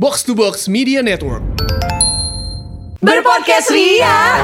Box to Box Media Network. Berpodcast Ria.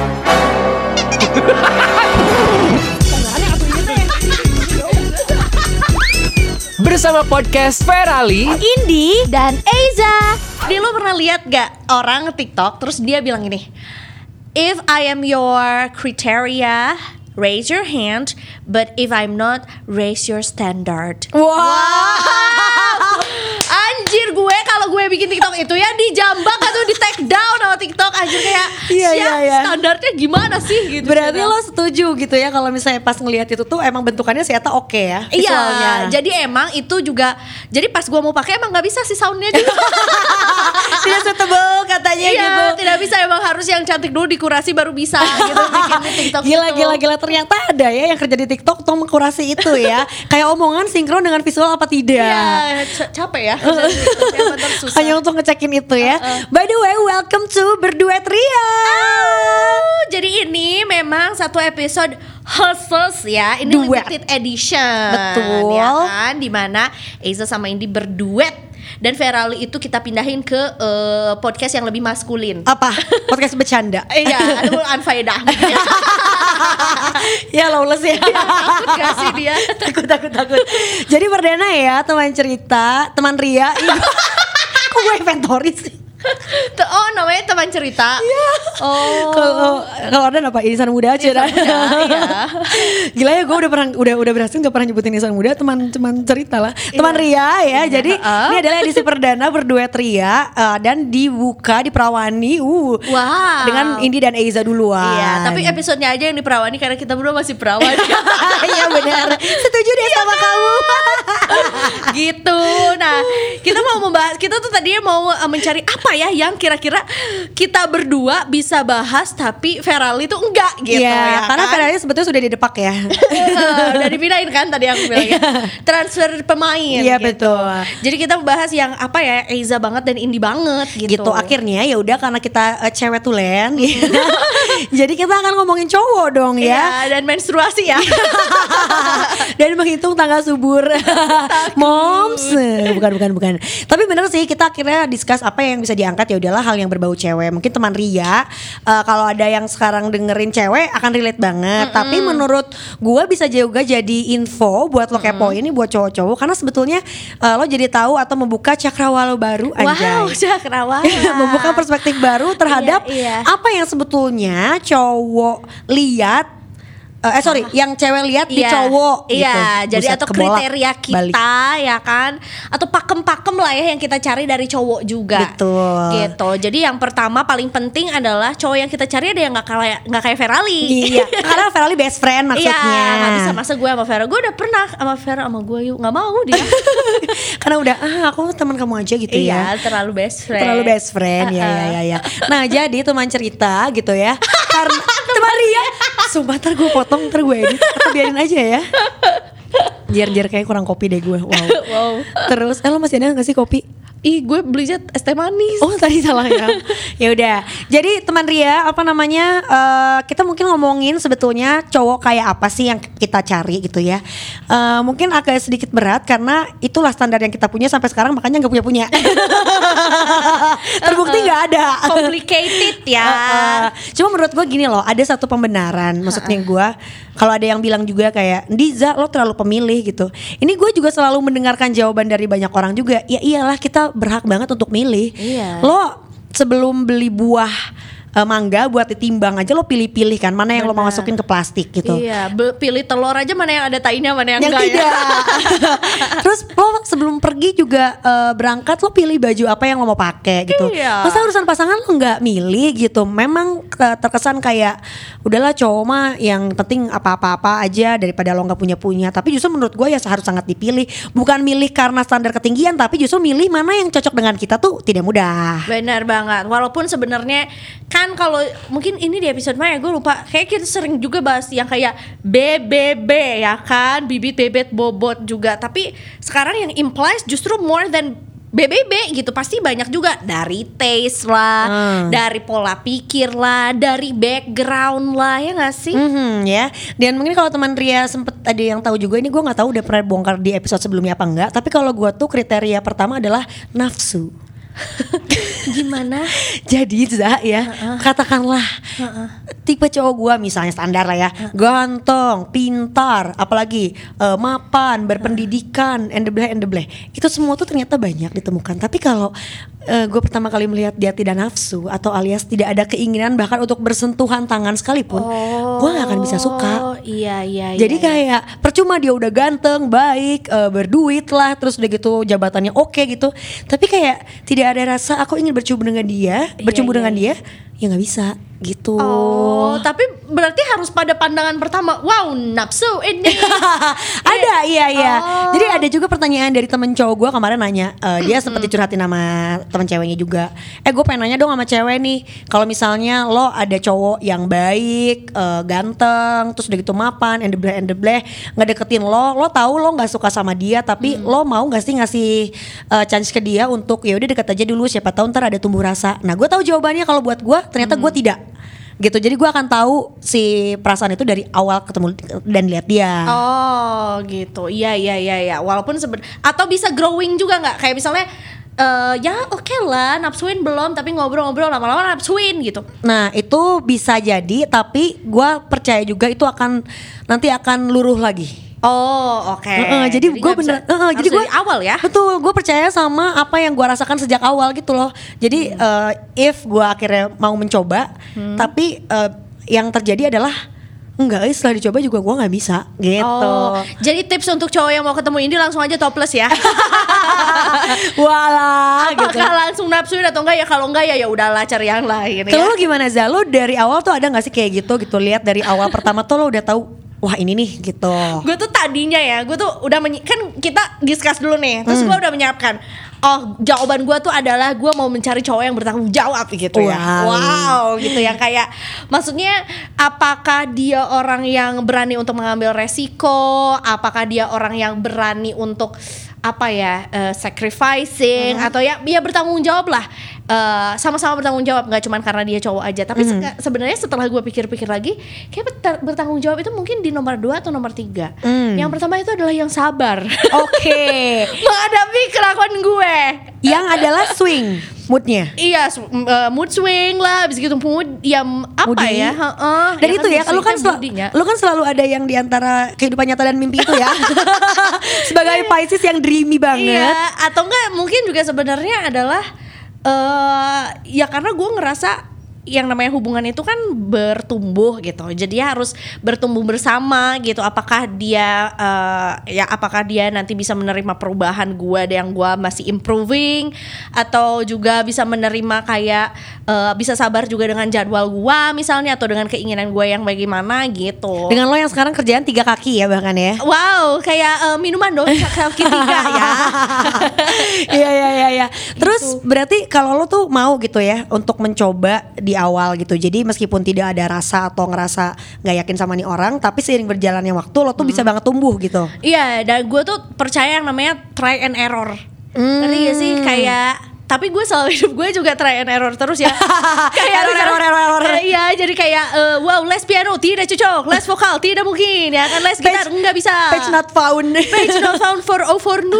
Bersama podcast Ferali, Indi dan Eiza. Lo pernah lihat gak orang TikTok terus dia bilang gini, if I am your criteria, raise your hand, but if I'm not, raise your standard. Wow. Anjir, gue kalau gue bikin TikTok itu ya dijambak atau di take down sama TikTok. Anjir kayak Iya. standarnya gimana sih gitu. Berarti lo setuju gitu ya kalau misalnya pas ngelihat itu tuh emang bentukannya si Eta oke ya visualnya. Iya, jadi emang itu juga. Jadi pas gue mau pakai emang nggak bisa sih soundnya juga. Tidak suitable katanya Iya, gitu. tidak bisa, emang harus yang cantik dulu dikurasi baru bisa gitu bikin di TikTok. Gila ternyata ada ya yang kerja di TikTok untuk mengkurasi itu ya. Kayak omongan sinkron dengan visual apa tidak. Iya, capek ya. Yang bener susah. Hanya untuk ngecekin itu ya. By the way, welcome to Berduet Ria. Jadi ini memang satu episode khusus ya. Ini Duet. limited edition. Betul. Ya kan, dimana Eiza sama Indi berduet. Dan Ferali itu kita pindahin ke podcast yang lebih maskulin. Apa? Podcast bercanda. Iya, aduh unfaedah. Ya lawless ya. Takut gak sih dia? Takut. Jadi perdana ya teman cerita, teman Ria. Kok gue inventory sih? Oh, namanya teman cerita. Iya. Oh. Kalau ada apa insan muda aja dah. Iya. Gila ya, gue udah berhasil nggak pernah nyebutin insan muda, teman cerita lah. Teman Ria ya. Jadi ini adalah edisi perdana Berduet Ria dan dibuka di Perawani. Wow. Dengan Indi dan Eiza duluan. Iya, tapi episodenya aja yang diperawani karena kita berdua masih perawan. Iya benar. Setuju deh sama kamu. Gitu. Nah, kita mau membahas, kita tuh tadinya mau mencari apa ya yang kira-kira kita berdua bisa bahas tapi Ferali tuh enggak gitu ya karena kan? Ferali sebetulnya sudah didepak ya. Udah dipindahin kan tadi aku bilang ya. Transfer pemain. Iya, gitu. betul. Jadi kita bahas yang apa ya, Eiza banget dan Indi banget gitu. Akhirnya ya udah karena kita cewek tulen. Jadi kita akan ngomongin cowok dong ya. Iya, dan menstruasi ya. Dan menghitung tanggal subur. Moms. Bukan. Tapi bener sih, kita akhirnya discuss apa yang bisa diangkat. Ya udahlah, hal yang berbau cewek. Mungkin teman Ria kalau ada yang sekarang dengerin cewek akan relate banget. Tapi menurut gue bisa juga jadi info buat lo kepo ini buat cowok-cowok, karena sebetulnya lo jadi tahu atau membuka cakrawala baru. Wow, cakrawala. Membuka perspektif baru terhadap Iya. apa yang sebetulnya cowok lihat. Yang cewek lihat di cowok Iya, gitu. jadi Buset, atau kebolak kriteria kita balik. ya kan, atau pakem-pakem lah ya yang kita cari dari cowok juga. Betul. Gitu. Jadi yang pertama paling penting adalah cowok yang kita cari ada yang nggak kayak Ferali. Iya, karena Ferali best friend maksudnya. Iya, nggak bisa masa gue sama Vera. Gue udah pernah sama Vera, sama gue yuk nggak mau dia. Karena udah aku teman kamu aja gitu ya. Iya, terlalu best friend. Terlalu best friend ya. Nah jadi teman cerita gitu ya. Karena teman Ria. Sumpah ntar gue potong, ntar gue edit. Atau biarin aja ya. Jar kayak kurang kopi deh gue. Wow. Terus lo masih ada gak sih kopi? Ih, gue belinya es teh manis. Oh tadi salah ya. Ya udah. Jadi teman Ria kita mungkin ngomongin sebetulnya cowok kayak apa sih yang kita cari gitu ya. Mungkin agak sedikit berat karena itulah standar yang kita punya sampai sekarang, makanya nggak punya. Terbukti nggak ada. Complicated ya. Cuma menurut gue gini loh, ada satu pembenaran. Maksudnya gue, kalau ada yang bilang juga kayak Diza lo terlalu pemilih gitu. Ini gue juga selalu mendengarkan jawaban dari banyak orang juga. Ya iyalah, kita berhak banget untuk milih. Iya. Lo sebelum beli buah mangga buat ditimbang aja lo pilih-pilih kan mana yang lo mau masukin ke plastik gitu. Iya, pilih telur aja mana yang ada tainya, mana yang enggak tidak. ya. Terus lo sebelum pergi juga berangkat lo pilih baju apa yang lo mau pakai gitu. Iya. Masa urusan pasangan lo nggak milih gitu? Memang terkesan kayak udahlah cowok mah yang penting apa-apa aja daripada lo nggak punya. Tapi justru menurut gue ya harus sangat dipilih. Bukan milih karena standar ketinggian, tapi justru milih mana yang cocok dengan kita tuh tidak mudah. Benar banget. Walaupun sebenarnya kan kalau mungkin ini di episode mana ya gue lupa, kayak kita sering juga bahas yang kayak BBB ya kan, bibit bebet bobot juga. Tapi sekarang yang implies justru more than BBB gitu, pasti banyak juga dari taste lah, dari pola pikir lah, dari background lah, ya nggak sih? Ya. Dan mungkin kalau teman Ria sempet ada yang tahu juga, ini gue nggak tahu udah pernah bongkar di episode sebelumnya apa enggak. Tapi kalau gue tuh kriteria pertama adalah nafsu. Gimana? Jadi Za ya, katakanlah tipe cowok gua misalnya standar lah ya, ganteng, pintar, apalagi mapan, berpendidikan, and the blah. Itu semua tuh ternyata banyak ditemukan. Tapi kalau gue pertama kali melihat dia tidak nafsu atau alias tidak ada keinginan bahkan untuk bersentuhan tangan sekalipun, gue gak akan bisa suka. Iya. Jadi kayak percuma dia udah ganteng, baik, berduit lah, terus udah gitu jabatannya oke gitu. Tapi kayak tidak ada rasa aku ingin bercumbu dengan dia, dengan dia, ya nggak bisa gitu. Tapi berarti harus pada pandangan pertama, wow nafsu ini. Ada, iya. Jadi ada juga pertanyaan dari temen cowok gue kemarin nanya, dia sempat dicurhatin sama temen ceweknya juga. Gue pengen nanya dong sama cewek nih, kalau misalnya lo ada cowok yang baik, ganteng, terus udah gitu mapan, and the blah, ngedeketin lo tahu lo nggak suka sama dia, tapi lo mau nggak sih ngasih chance ke dia untuk ya udah deket aja dulu, siapa tahu ntar ada tumbuh rasa. Nah gue tahu jawabannya kalau buat gue ternyata gue tidak gitu. Jadi gue akan tahu si perasaan itu dari awal ketemu dan lihat dia. Gitu. Iya. Walaupun atau bisa growing juga nggak? Kayak misalnya ya oke lah nafsuin belum, tapi ngobrol-ngobrol lama-lama nafsuin gitu. Nah itu bisa jadi, tapi gue percaya juga itu nanti akan luruh lagi. Oke. Jadi gue bener, jadi gue dari awal ya. Betul, gue percaya sama apa yang gue rasakan sejak awal gitu loh. Jadi if gue akhirnya mau mencoba, tapi yang terjadi adalah enggak, setelah dicoba juga gue nggak bisa gitu. Jadi tips untuk cowok yang mau ketemu ini langsung aja topless ya. Walah. Apakah gitu. langsung nafsuin atau enggak ya? Kalau enggak ya udahlah cari yang lain. Kalau gimana Za? Lo dari awal tuh ada nggak sih kayak gitu? Lihat dari awal pertama tuh lo udah tahu, wah ini nih gitu. Gue tuh tadinya ya, gue tuh udah kan kita discuss dulu nih, terus gue udah menyiapkan. Jawaban gue tuh adalah gue mau mencari cowok yang bertanggung jawab gitu ya. Wow, gitu ya, kayak maksudnya apakah dia orang yang berani untuk mengambil resiko, apakah dia orang yang berani untuk sacrificing atau ya bertanggung jawab lah. Sama-sama bertanggung jawab, nggak cuma karena dia cowok aja, tapi sebenarnya setelah gue pikir-pikir lagi, kayak bertanggung jawab itu mungkin di nomor 2 atau nomor 3. Yang pertama itu adalah yang sabar. Oke. Menghadapi kelakuan gue. Yang adalah swing moodnya. Iya, mood swing lah, abis gitu mood yang apa Moody. ya? Dan ya itu kan, ya, lu kan selalu ada yang diantara kehidupan nyata dan mimpi itu ya. Sebagai Pisces yang dreamy banget. Iya, atau enggak mungkin juga sebenarnya adalah ya karena gue ngerasa yang namanya hubungan itu kan bertumbuh gitu, jadi harus bertumbuh bersama gitu. Apakah dia apakah dia nanti bisa menerima perubahan gue yang gue masih improving, atau juga bisa menerima kayak bisa sabar juga dengan jadwal gue misalnya, atau dengan keinginan gue yang bagaimana gitu. Dengan lo yang sekarang kerjaan 3 kaki ya bahkan ya. Wow, kayak minuman dong kaki 3 ya. Iya. Terus gitu. Berarti kalau lo tuh mau gitu ya untuk mencoba di awal gitu. Jadi meskipun tidak ada rasa atau ngerasa gak yakin sama nih orang, tapi seiring berjalannya waktu lo tuh bisa banget tumbuh gitu. Iya, dan gue tuh percaya yang namanya try and error. Ngerti gak sih? Kayak tapi gue selalu hidup gue juga try and error terus ya. Kayak error. Iya, jadi kayak wow, les piano tidak cocok, les vokal tidak mungkin ya kan, les gitar nggak bisa. Page not found for 040.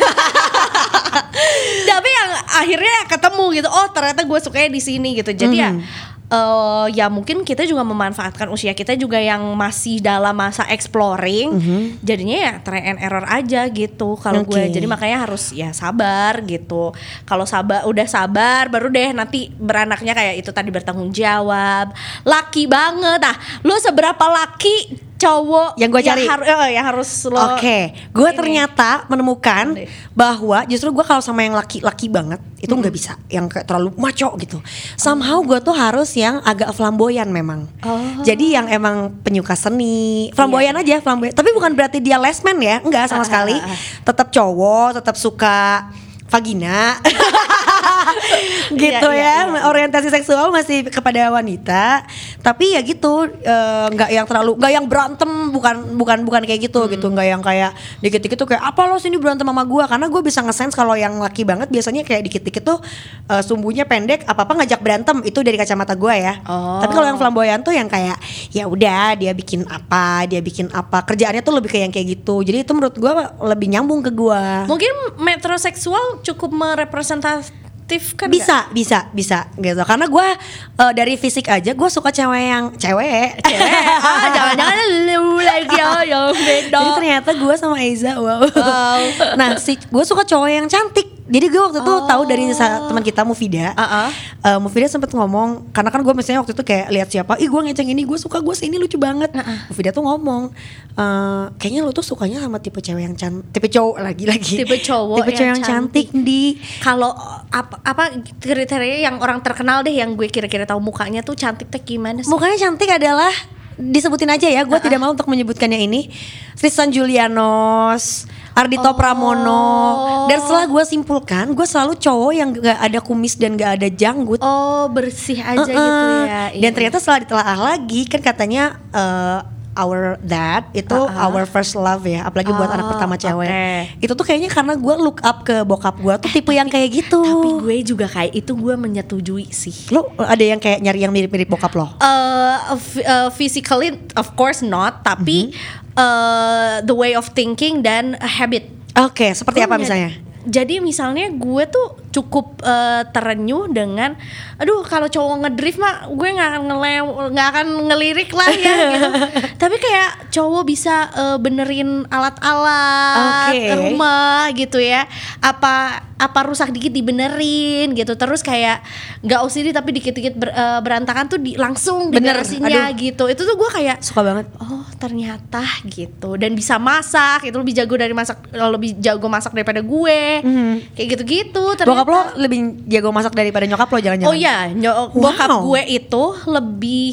Tapi yang akhirnya ketemu gitu. Oh, ternyata gue sukanya di sini gitu. Jadi ya mungkin kita juga memanfaatkan usia kita juga yang masih dalam masa exploring. Jadinya ya try and error aja gitu kalau gue. Jadi makanya harus ya sabar gitu. Kalau udah sabar baru deh nanti beranaknya kayak itu tadi, bertanggung jawab. Laki banget. Nah, lu seberapa laki cowok yang gue cari yang harus lo. Gue ternyata menemukan bahwa justru gue kalau sama yang laki-laki banget itu nggak bisa, yang kayak terlalu maco gitu. Somehow gue tuh harus yang agak flamboyan memang. Jadi yang emang penyuka seni, flamboyan aja, flamboyan. Tapi bukan berarti dia lesman ya, enggak sama sekali. Tetap cowok, tetap suka vagina. Gitu ya. Orientasi seksual masih kepada wanita, tapi ya gitu, nggak yang terlalu, nggak yang berantem, bukan kayak gitu gitu, nggak yang kayak dikit-dikit tuh kayak apa lo sini berantem sama gue, karena gue bisa nge-sense kalau yang laki banget biasanya kayak dikit-dikit tuh sumbunya pendek, apa ngajak berantem, itu dari kacamata gue ya. Tapi kalau yang flamboyan tuh yang kayak ya udah dia bikin apa kerjaannya tuh lebih kayak yang kayak gitu. Jadi itu menurut gue lebih nyambung ke gue. Mungkin metroseksual cukup kan? Bisa gitu. Karena gue dari fisik aja gue suka cewek. Jangan-jangan lu lagi yang beda. Jadi ternyata gue sama Eiza wow. Nah gue suka cowok yang cantik. Jadi gue waktu itu tahu dari teman kita Mufida. Mufida sempat ngomong, karena kan gue misalnya waktu itu kayak lihat siapa, gue ngeceng ini, gue suka, gue ini lucu banget. Mufida tuh ngomong, kayaknya lu tuh sukanya sama tipe cewek yang cantik, tipe cowok tipe cowok yang cantik di. Kalau apa kriteria yang orang terkenal deh, yang gue kira-kira tahu mukanya tuh cantik tuh gimana sih? Mukanya cantik adalah, disebutin aja ya, gue tidak mau untuk menyebutkannya ini, Tristan Julianos, Ardhito Pramono. Dan setelah gue simpulkan, gue selalu cowok yang gak ada kumis dan gak ada janggut. Bersih aja gitu ya. Dan ternyata setelah ditelaah lagi, kan katanya our dad itu our first love ya, apalagi buat anak pertama cewek. Itu tuh kayaknya karena gue look up ke bokap gue tuh tipe yang kayak gitu. Tapi gue juga kayak itu, gue menyetujui sih. Lo ada yang kayak nyari yang mirip-mirip bokap lo? Physically of course not, tapi the way of thinking dan habit. Oke, seperti apa misalnya? Jadi misalnya gue tuh cukup terenyuh dengan, aduh kalau cowok ngedrift mah gue nggak akan ngelirik lah ya gitu. Tapi kayak cowok bisa benerin alat-alat rumah gitu ya. Apa rusak dikit dibenerin gitu. Terus kayak nggak OCD tapi dikit-dikit berantakan tuh langsung diberesinnya gitu. Itu tuh gue kayak suka banget. Oh ternyata gitu. Dan bisa masak, itu lebih jago masak daripada gue. Kayak gitu-gitu. Bokap lo lebih jago masak daripada nyokap lo jangan-jangan? Oh iya, bokap gue itu lebih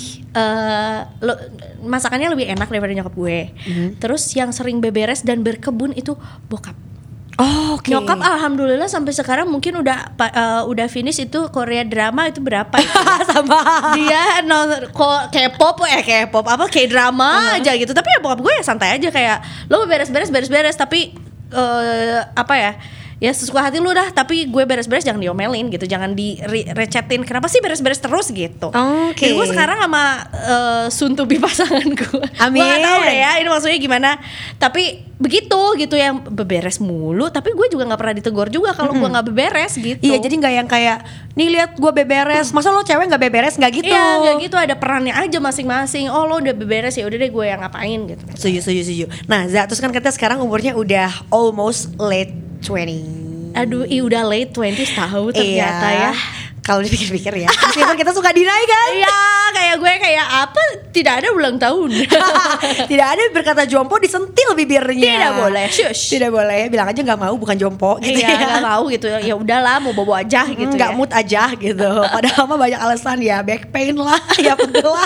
masakannya lebih enak daripada nyokap gue. Terus yang sering beberes dan berkebun itu bokap. Nyokap alhamdulillah sampai sekarang mungkin udah finish itu Korea drama itu berapa itu ya? Sama dia K-pop apa K-drama aja gitu. Tapi ya bokap gue ya santai aja, kayak lo beres-beres tapi apa ya sesuka hati lu dah, tapi gue beres-beres jangan diomelin gitu, jangan direcetin kenapa sih beres-beres terus gitu. Jadi gue sekarang sama soon to be pasangan gue. Amin. Gue gak tahu deh ya ini maksudnya gimana, tapi begitu gitu yang beberes mulu, tapi gue juga nggak pernah ditegur juga kalau gue nggak beberes gitu. Iya, jadi nggak yang kayak nih lihat gue beberes, masa lo cewek nggak beberes, nggak gitu. Iya nggak gitu, ada perannya aja masing-masing. Oh lo udah beberes ya udah deh gue yang ngapain gitu. Setuju. Nah Za, terus kan kita sekarang umurnya udah almost late 20. Aduh, udah late 20 tahu ternyata ya. Kalau dipikir-pikir ya, meskipun kita suka deny kan? Iya, kayak gue kayak apa? Tidak ada ulang tahun. Tidak ada berkata jompo disentil bibirnya. Tidak boleh, shush. Tidak boleh, bilang aja nggak mau, bukan jompo gitu. Iya, nggak mau gitu. Ya udahlah, mau bobo aja gitu. Nggak mood aja gitu. Padahal mah banyak alasan ya, back pain lah, ya pegel lah.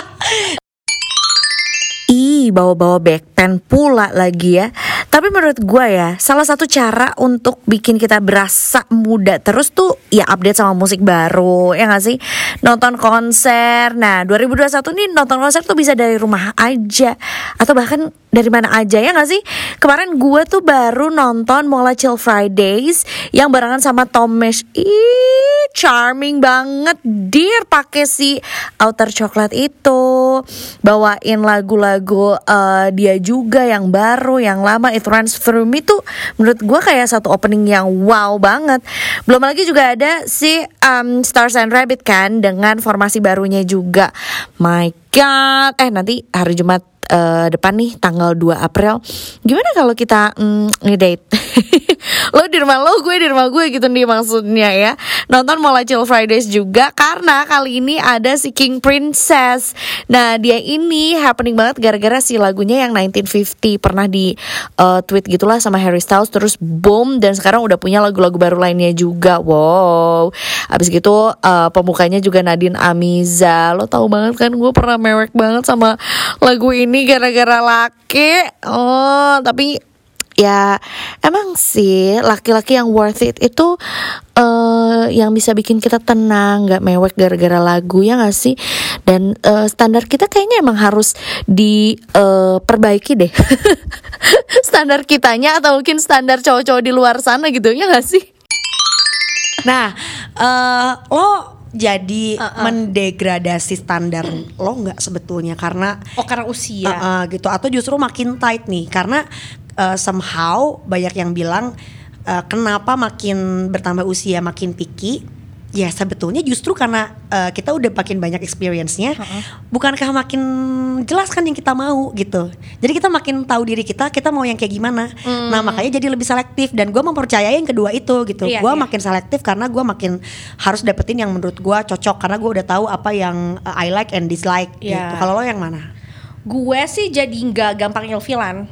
Bawa-bawa backpack pula lagi ya. Tapi menurut gue ya, salah satu cara untuk bikin kita berasa muda terus tuh ya update sama musik baru, ya gak sih? Nonton konser. Nah 2021 nih nonton konser tuh bisa dari rumah aja, atau bahkan dari mana aja, ya gak sih? Kemarin gue tuh baru nonton Mola Chill Fridays yang barengan sama Tomesh. Charming banget dear, pakai si outer coklat itu, bawain lagu-lagu dia juga yang baru, yang lama. It Runs Through Me tuh menurut gue kayak satu opening yang wow banget. Belum lagi juga ada si Stars and Rabbit kan dengan formasi barunya juga. My God, nanti hari Jumat depan nih tanggal 2 April. Gimana kalau kita ngedate? Lo di rumah lo, gue di rumah gue gitu nih maksudnya ya. Nonton Mola Chill Fridays juga karena kali ini ada si King Princess. Nah dia ini happening banget gara-gara si lagunya yang 1950 pernah di tweet gitulah sama Harry Styles, terus boom, dan sekarang udah punya lagu-lagu baru lainnya juga. Wow. Abis gitu pemukanya juga Nadine Amiza. Lo tahu banget kan gue pernah mewek banget sama lagu ini gara-gara laki. Tapi ya emang sih laki-laki yang worth it itu yang bisa bikin kita tenang, gak mewek gara-gara lagu, ya gak sih? Dan standar kita kayaknya emang harus diperbaiki deh. Standar kitanya atau mungkin standar cowok-cowok di luar sana gitu, ya gak sih? Nah lo jadi mendegradasi standar lo nggak sebetulnya karena usia gitu, atau justru makin tight nih karena somehow banyak yang bilang kenapa makin bertambah usia makin picky, Ya sebetulnya justru karena kita udah makin banyak experience-nya, bukankah makin jelas kan yang kita mau gitu. Jadi kita makin tahu diri kita mau yang kayak gimana. Nah makanya jadi lebih selektif, dan gue mempercayai yang kedua itu gitu. Gue makin selektif karena gue makin harus dapetin yang menurut gue cocok, karena gue udah tahu apa yang I like and dislike gitu. Kalau lo yang mana? Gue sih jadi nggak gampang ilfilan.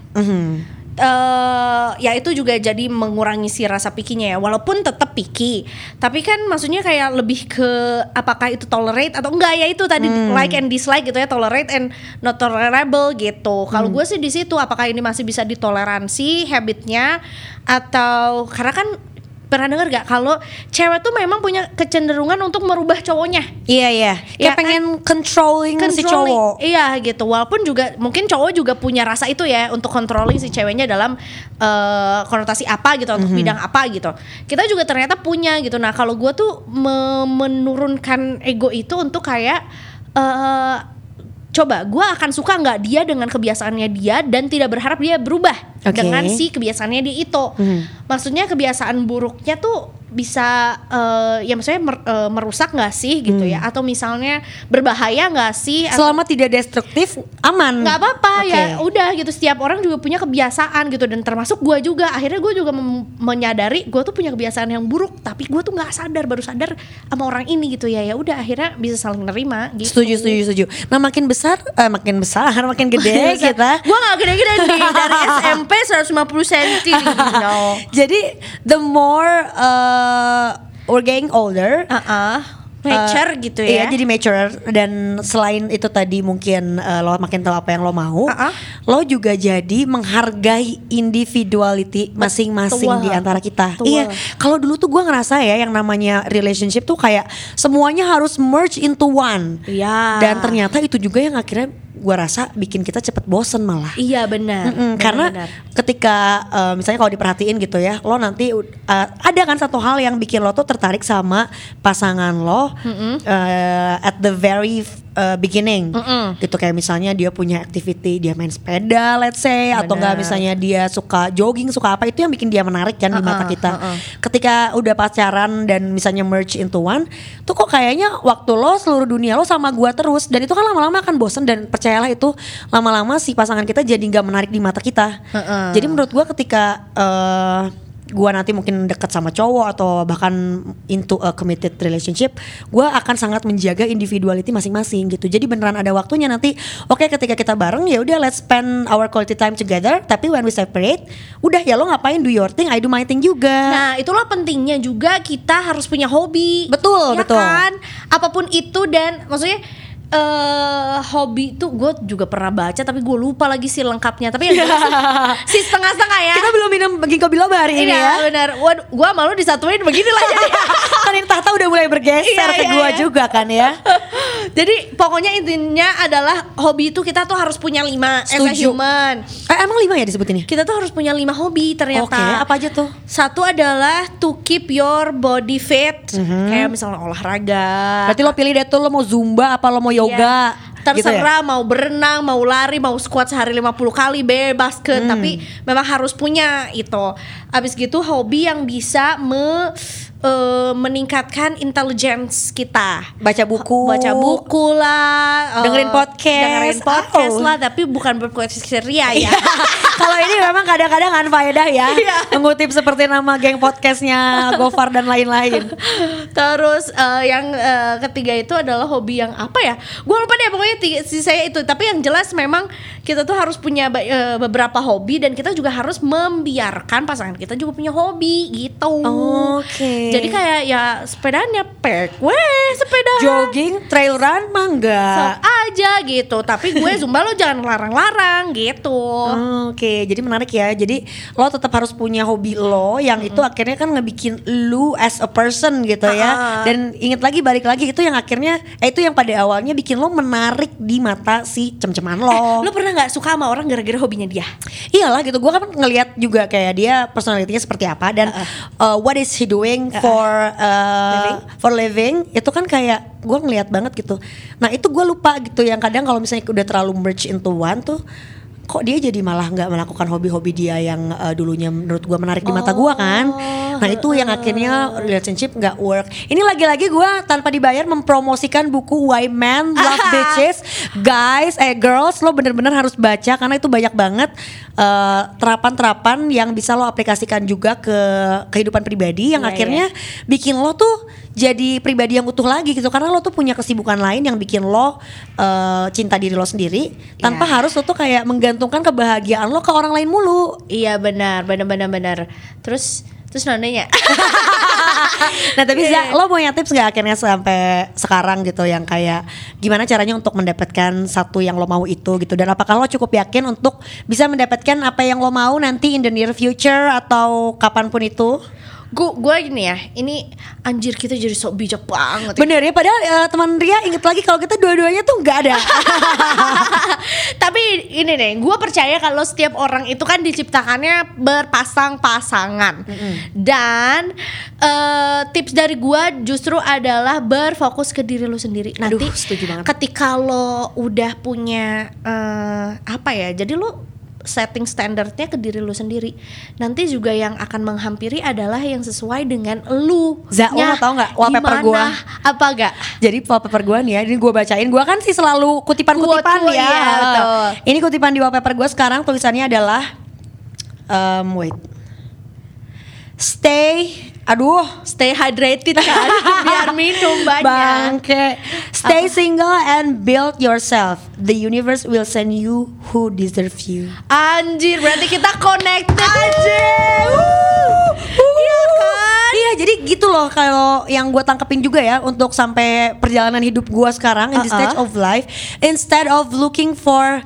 Ya itu juga jadi mengurangi si rasa pikinya ya, walaupun tetap picky, tapi kan maksudnya kayak lebih ke apakah itu tolerate atau enggak, ya itu tadi like and dislike gitu ya, tolerate and not tolerable gitu. Kalau gue sih di situ, apakah ini masih bisa ditoleransi habitnya, atau karena kan pernah denger gak kalau cewek tuh memang punya kecenderungan untuk merubah cowoknya. Iya. Kayak pengen controlling si cowok. Iya gitu. Walaupun juga mungkin cowok juga punya rasa itu ya untuk controlling si ceweknya dalam konotasi apa gitu, untuk bidang apa gitu. Kita juga ternyata punya gitu. Nah kalau gue tuh menurunkan ego itu untuk kayak coba gue akan suka nggak dia dengan kebiasaannya dia, dan tidak berharap dia berubah dengan si kebiasaannya dia itu. Maksudnya kebiasaan buruknya tuh bisa ya maksudnya merusak nggak sih gitu ya, atau misalnya berbahaya nggak sih, selama tidak destruktif aman, nggak apa-apa ya udah gitu. Setiap orang juga punya kebiasaan gitu, dan termasuk gue juga. Akhirnya gue juga menyadari gue tuh punya kebiasaan yang buruk, tapi gue tuh nggak sadar, baru sadar sama orang ini gitu ya. Ya udah akhirnya bisa saling nerima gitu. Setuju. Nah makin besar makin gede kita. Gue nggak gede-gede nih, dari SMP 150 cm gitu. Jadi the more we're getting older, mature gitu ya. Iya, jadi mature. Dan selain itu tadi mungkin lo makin tahu apa yang lo mau, lo juga jadi menghargai individuality masing-masing di antara kita. Iya, kalau dulu tuh gue ngerasa ya yang namanya relationship tuh kayak semuanya harus merge into one. Iya. Dan ternyata itu juga yang akhirnya gue rasa bikin kita cepet bosen malah. Iya benar. Karena ketika misalnya kalau diperhatiin gitu ya, lo nanti ada kan satu hal yang bikin lo tuh tertarik sama pasangan lo at the very beginning gitu, kayak misalnya dia punya activity, dia main sepeda let's say, atau enggak misalnya dia suka jogging, suka apa, itu yang bikin dia menarik kan di mata kita. Ketika udah pacaran dan misalnya merge into one, tuh kok kayaknya waktu lo seluruh dunia lo sama gua terus, dan itu kan lama-lama akan bosen, dan percayalah itu lama-lama si pasangan kita jadi nggak menarik di mata kita. Jadi menurut gua ketika gue nanti mungkin deket sama cowok atau bahkan into a committed relationship, gue akan sangat menjaga individuality masing-masing gitu. Jadi beneran ada waktunya nanti, oke, ketika kita bareng ya udah let's spend our quality time together. Tapi when we separate, udah ya lo ngapain, do your thing, I do my thing juga. Nah itulah pentingnya juga kita harus punya hobi. Betul, ya betul kan? Apapun itu, dan maksudnya hobi tuh gue juga pernah baca, tapi gue lupa lagi sih lengkapnya. Tapi yang si setengah-setengah ya. Kita belum minum ginkgo biloba hari ini ya. Benar. Waduh, gue malu disatuin beginilah jadi. Kan ini tahta udah mulai bergeser ke gue juga kan ya. Jadi pokoknya intinya adalah hobi itu kita tuh harus punya 5 as a human. Emang 5 ya disebutinnya? Kita tuh harus punya 5 hobi ternyata. Oke, apa aja tuh? Satu adalah to keep your body fit, kayak misalnya olahraga. Berarti lo pilih deh tuh, lo mau zumba apa lo mau yoga, terserah gitu ya? Mau berenang, mau lari, mau squat sehari 50 kali, bebas ke. Tapi memang harus punya itu. Abis gitu hobi yang bisa meningkatkan intelligence kita. Baca buku lah, dengerin podcast lah, tapi bukan berpodcast ceria ya. Kalau ini memang kadang-kadang unfaedah ya, mengutip seperti nama geng podcastnya Gofar dan lain-lain. Terus yang ketiga itu adalah hobi yang apa ya? Gue lupa deh, pokoknya saya itu. Tapi yang jelas memang kita tuh harus punya beberapa hobi, dan kita juga harus membiarkan pasangan kita juga punya hobi gitu. Oke. Jadi kayak ya sepedanya sepeda jogging, trail run mah enggak. Sok aja gitu. Tapi gue zumba lo jangan larang-larang gitu. Oke, jadi menarik ya. Jadi lo tetap harus punya hobi lo yang itu akhirnya kan ngebikin lu as a person gitu ya. Dan inget lagi, balik lagi, itu yang akhirnya itu yang pada awalnya bikin lo menarik di mata si cem-ceman lo. Lo pernah nggak suka sama orang gara-gara hobinya dia? Iyalah gitu. Gue kan ngelihat juga kayak dia personalitinya seperti apa, dan what is he doing for living, itu kan kayak gue ngelihat banget gitu. Nah itu gue lupa gitu, yang kadang kalau misalnya udah terlalu merge into one tuh kok dia jadi malah nggak melakukan hobi-hobi dia yang dulunya menurut gue menarik di mata gue kan. Nah itu yang akhirnya relationship nggak work. Ini lagi-lagi gue tanpa dibayar mempromosikan buku Why Men Love Bitches. Guys, girls, lo bener-bener harus baca karena itu banyak banget terapan-terapan yang bisa lo aplikasikan juga ke kehidupan pribadi yang akhirnya bikin lo tuh jadi pribadi yang utuh lagi gitu, karena lo tuh punya kesibukan lain yang bikin lo cinta diri lo sendiri tanpa harus lo tuh kayak menggantungkan kebahagiaan lo ke orang lain mulu. Iya benar. Terus nonenya. Nah tapi Za, lo punya tips gak akhirnya sampai sekarang gitu yang kayak gimana caranya untuk mendapatkan satu yang lo mau itu gitu, dan apakah lo cukup yakin untuk bisa mendapatkan apa yang lo mau nanti in the near future atau kapanpun itu? Gue gini ya, ini anjir kita jadi sok bijak banget. Bener ya, padahal teman Ria inget lagi kalau kita dua-duanya tuh nggak ada. Tapi ini nih, gue percaya kalau setiap orang itu kan diciptakannya berpasang-pasangan. Dan tips dari gue justru adalah berfokus ke diri lo sendiri. Nanti setuju banget. ketika lo udah punya jadi lo setting standarnya ke diri lu sendiri. Nanti juga yang akan menghampiri adalah yang sesuai dengan lu. Za, lo mau tau gak wallpaper gue? Apa gak? Jadi wallpaper gue nih ya, ini gue bacain. Gue kan sih selalu kutipan-kutipan Quote, ya. betul. Ini kutipan di wallpaper gue sekarang, tulisannya adalah Stay hydrated kan. Biar minum banyak. Bangke. Stay single and build yourself. The universe will send you who deserve you. Anjir, berarti kita connected. Anjir. Iya kan? Iya, jadi gitu loh kalau yang gue tangkepin juga ya untuk sampai perjalanan hidup gue sekarang in this stage of life, instead of looking for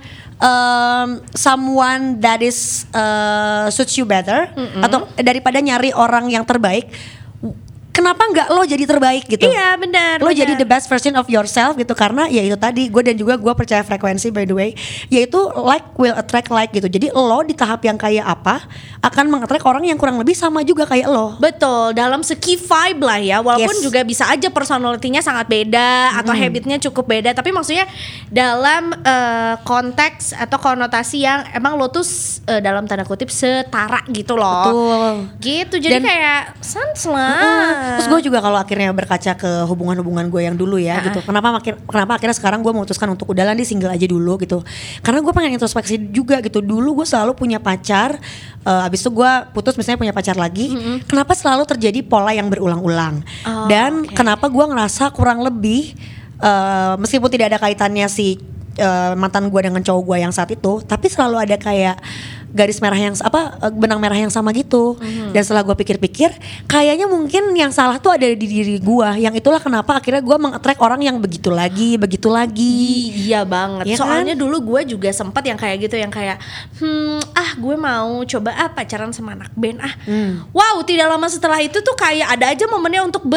someone that is suits you better, atau daripada nyari orang yang terbaik, kenapa nggak lo jadi terbaik gitu? Iya benar. Lo jadi the best version of yourself gitu, karena ya itu tadi gue dan juga gue percaya frekuensi by the way, yaitu like will attract like gitu. Jadi lo di tahap yang kayak apa akan mengattract orang yang kurang lebih sama juga kayak lo. Betul, dalam segi vibe lah ya. Walaupun juga bisa aja personality-nya sangat beda atau habitnya cukup beda, tapi maksudnya dalam konteks atau konotasi yang emang lo tuh dalam tanda kutip setara gitu loh. Betul. Gitu, jadi kayak sans lah. Terus gue juga kalau akhirnya berkaca ke hubungan-hubungan gue yang dulu ya gitu, kenapa akhirnya sekarang gue memutuskan untuk udahlah nih single aja dulu gitu, karena gue pengen introspeksi juga gitu. Dulu gue selalu punya pacar, abis itu gue putus misalnya punya pacar lagi, kenapa selalu terjadi pola yang berulang-ulang, dan kenapa gue ngerasa kurang lebih meskipun tidak ada kaitannya si mantan gue dengan cowok gue yang saat itu, tapi selalu ada kayak garis merah yang benang merah yang sama gitu. Dan setelah gue pikir-pikir, kayaknya mungkin yang salah tuh ada di diri gue. Yang itulah kenapa akhirnya gue mengattract orang yang begitu lagi. Iya banget. Ya soalnya kan? dulu gue juga sempat yang kayak gitu, yang kayak gue mau coba pacaran sama anak band Wow, tidak lama setelah itu tuh kayak ada aja momennya untuk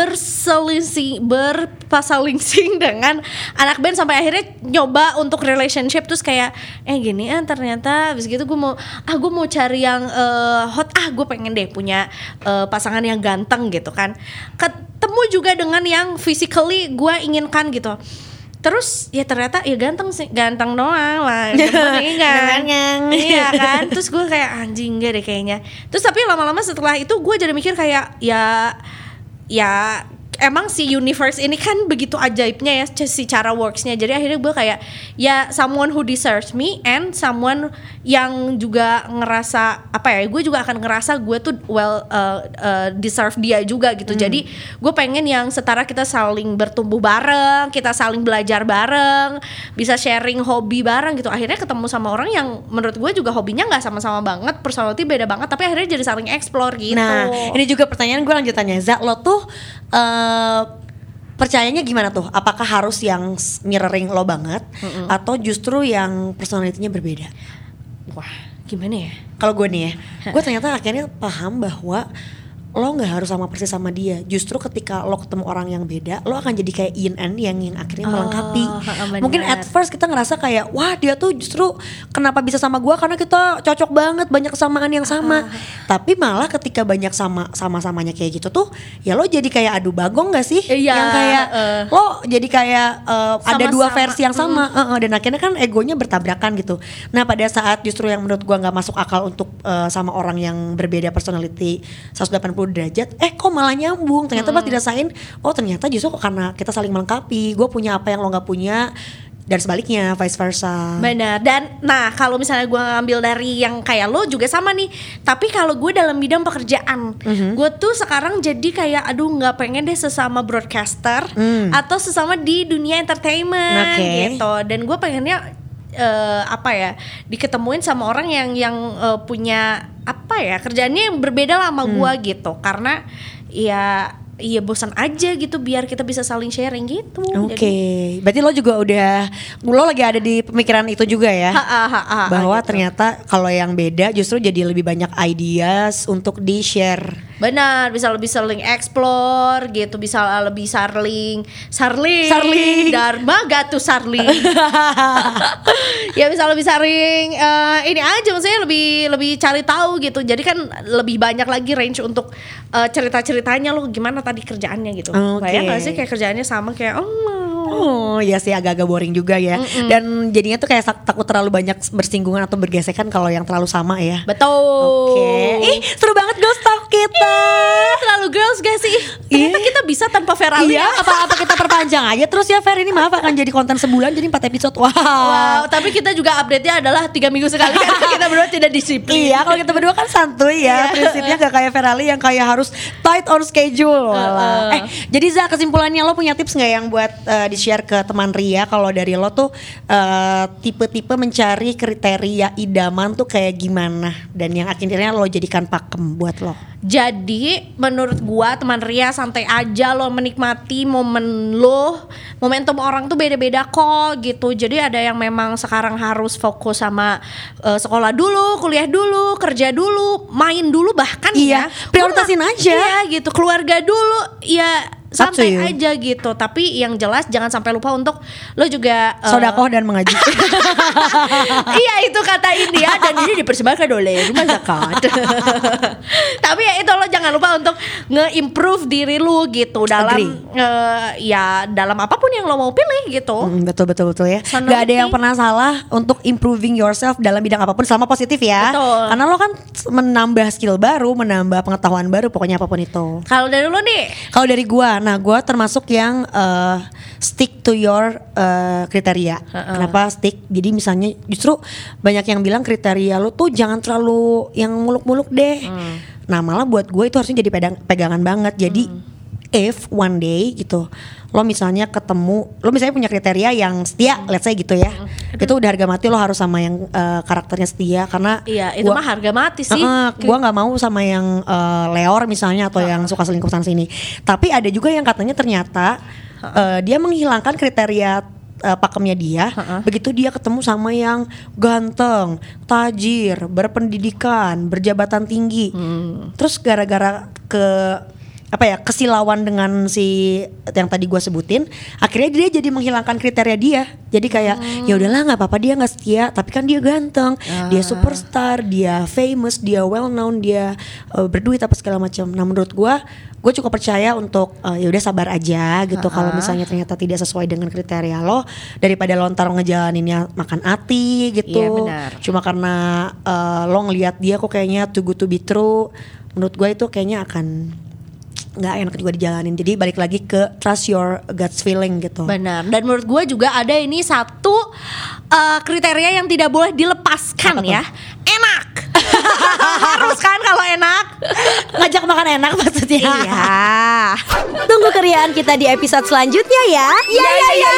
berpasalingsing dengan anak band, sampai akhirnya nyoba untuk relationship, terus kayak gini ternyata habis gitu gue mau cari yang hot, gue pengen deh punya pasangan yang ganteng gitu kan. Ketemu juga dengan yang physically gue inginkan gitu. Terus ya ternyata ya ganteng doang lah. Iya kan. Terus gue kayak anjing gak deh kayaknya. Terus tapi lama-lama setelah itu gue jadi mikir kayak ya emang si universe ini kan begitu ajaibnya ya si cara worksnya. Jadi akhirnya gue kayak ya someone who deserves me, and someone yang juga ngerasa gue juga akan ngerasa gue tuh deserve dia juga gitu. Jadi gue pengen yang setara, kita saling bertumbuh bareng, kita saling belajar bareng, bisa sharing hobi bareng gitu. Akhirnya ketemu sama orang yang menurut gue juga hobinya nggak sama-sama banget, personality beda banget, tapi akhirnya jadi saling explore gitu. Nah ini juga pertanyaan gue lanjutannya, Za, lo tuh percayanya gimana tuh? Apakah harus yang mirroring lo banget, atau justru yang personality-nya berbeda? Wah, gimana ya? Kalau gue nih ya, gue ternyata akhirnya paham bahwa lo nggak harus sama persis sama dia. Justru ketika lo ketemu orang yang beda, lo akan jadi kayak yin and yang akhirnya melengkapi. Mungkin at first kita ngerasa kayak wah dia tuh justru kenapa bisa sama gua karena kita cocok banget, banyak kesamaan yang sama. Tapi malah ketika banyak sama-samanya kayak gitu tuh, ya lo jadi kayak adu bagong nggak sih? Iya, Yang kayak lo jadi kayak ada dua Sama-sama. versi yang sama. Dan akhirnya kan egonya bertabrakan gitu. Nah pada saat justru yang menurut gua nggak masuk akal untuk sama orang yang berbeda personality 180 derajat, kok malah nyambung. Ternyata pas dirasain, oh ternyata justru kok karena kita saling melengkapi. Gue punya apa yang lo nggak punya, dan sebaliknya vice versa. Benar. Dan nah kalau misalnya gue ngambil dari yang kayak lo juga sama nih. Tapi kalau gue dalam bidang pekerjaan, gue tuh sekarang jadi kayak aduh nggak pengen deh sesama broadcaster atau sesama di dunia entertainment gitu. Dan gue pengennya diketemuin sama orang yang punya kerjaannya yang berbeda lah sama gue gitu. Karena iya bosan aja gitu, biar kita bisa saling sharing gitu. Oke. Berarti lo juga lo lagi ada di pemikiran itu juga ya? Bahwa gitu. ternyata kalau yang beda justru jadi lebih banyak ideas untuk di-share. Benar, bisa lebih saling explore gitu, bisa lebih sarling Dharma gak tuh sarling. Ya bisa lebih saring ini aja, maksudnya lebih cari tahu gitu. Jadi kan lebih banyak lagi range untuk cerita-ceritanya lo gimana tadi kerjaannya gitu. Bayang gak sih kayak kerjaannya sama kayak Oh iya sih, agak-agak boring juga ya. Dan jadinya tuh kayak takut terlalu banyak bersinggungan atau bergesekan kalau yang terlalu sama ya. Betul. Oke. Seru banget Girls Talk kita. Terlalu girls gak sih? Ternyata kita bisa tanpa Ferali. Iya, apa kita perpanjang aja terus ya Fer, ini maaf akan jadi konten sebulan jadi 4 episode. Wow, tapi kita juga update-nya adalah 3 minggu sekali karena kita berdua tidak disiplin. Iya, kalau kita berdua kan santuy ya. Prinsipnya gak kayak Ferali yang kayak harus tight on schedule. Jadi Za, kesimpulannya lo punya tips gak yang buat di-share ke teman Ria kalau dari lo tuh tipe-tipe mencari kriteria idaman tuh kayak gimana dan yang akhirnya lo jadikan pakem buat lo? Jadi menurut gua teman Ria santai aja lo menikmati momen lo. Momentum orang tuh beda-beda kok gitu. Jadi ada yang memang sekarang harus fokus sama sekolah dulu, kuliah dulu, kerja dulu, main dulu bahkan Iya, prioritasin aja. Iya gitu, keluarga dulu ya santai Up to you. aja gitu. Tapi yang jelas jangan sampai lupa untuk lo juga Sodakoh dan mengaji. Iya itu kata India dan ini dipersembahkan oleh Rumah Zakat. Tapi ya itu lo jangan lupa untuk nge-improve diri lo gitu dalam dalam apapun yang lo mau pilih gitu. Betul ya. Sono Gak ada nih. yang pernah salah untuk improving yourself dalam bidang apapun selama positif ya. Betul. Karena lo kan menambah skill baru, menambah pengetahuan baru, pokoknya apapun itu. Kalau dari lo nih, Kalau dari gua, nah gua termasuk yang stick to your kriteria. Kenapa stick? Jadi misalnya justru banyak yang bilang kriteria lo tuh jangan terlalu yang muluk-muluk deh. Nah malah buat gue itu harusnya jadi pegangan banget. Jadi if one day gitu lo misalnya punya kriteria yang setia, let's say gitu ya, itu udah harga mati lo harus sama yang karakternya setia karena iya itu mah harga mati sih. Gua nggak mau sama yang leor misalnya atau yang suka selingkuh sana sini. Tapi ada juga yang katanya ternyata dia menghilangkan kriteria pakemnya dia. Begitu dia ketemu sama yang ganteng, tajir, berpendidikan, berjabatan tinggi. Terus gara-gara kesilauan dengan si yang tadi gue sebutin, akhirnya dia jadi menghilangkan kriteria dia. Jadi kayak ya udahlah nggak apa-apa dia nggak setia, tapi kan dia ganteng, dia superstar, dia famous, dia well known, dia berduit apa segala macam. Nah menurut gue cukup percaya untuk ya udah sabar aja gitu. Kalau misalnya ternyata tidak sesuai dengan kriteria lo, daripada lo ntar ngejalaninnya makan hati gitu. Iya, benar. Cuma karena lo ngelihat dia kok kayaknya too good to be true, menurut gue itu kayaknya akan nggak enak juga dijalanin. Jadi balik lagi ke trust your gut feeling gitu. benar. Dan menurut gue juga ada ini satu kriteria yang tidak boleh dilepaskan ya. Enak. Harus kan kalau enak. Ngajak makan enak maksudnya. Iya. Tunggu keriaan kita di episode selanjutnya ya. Iya.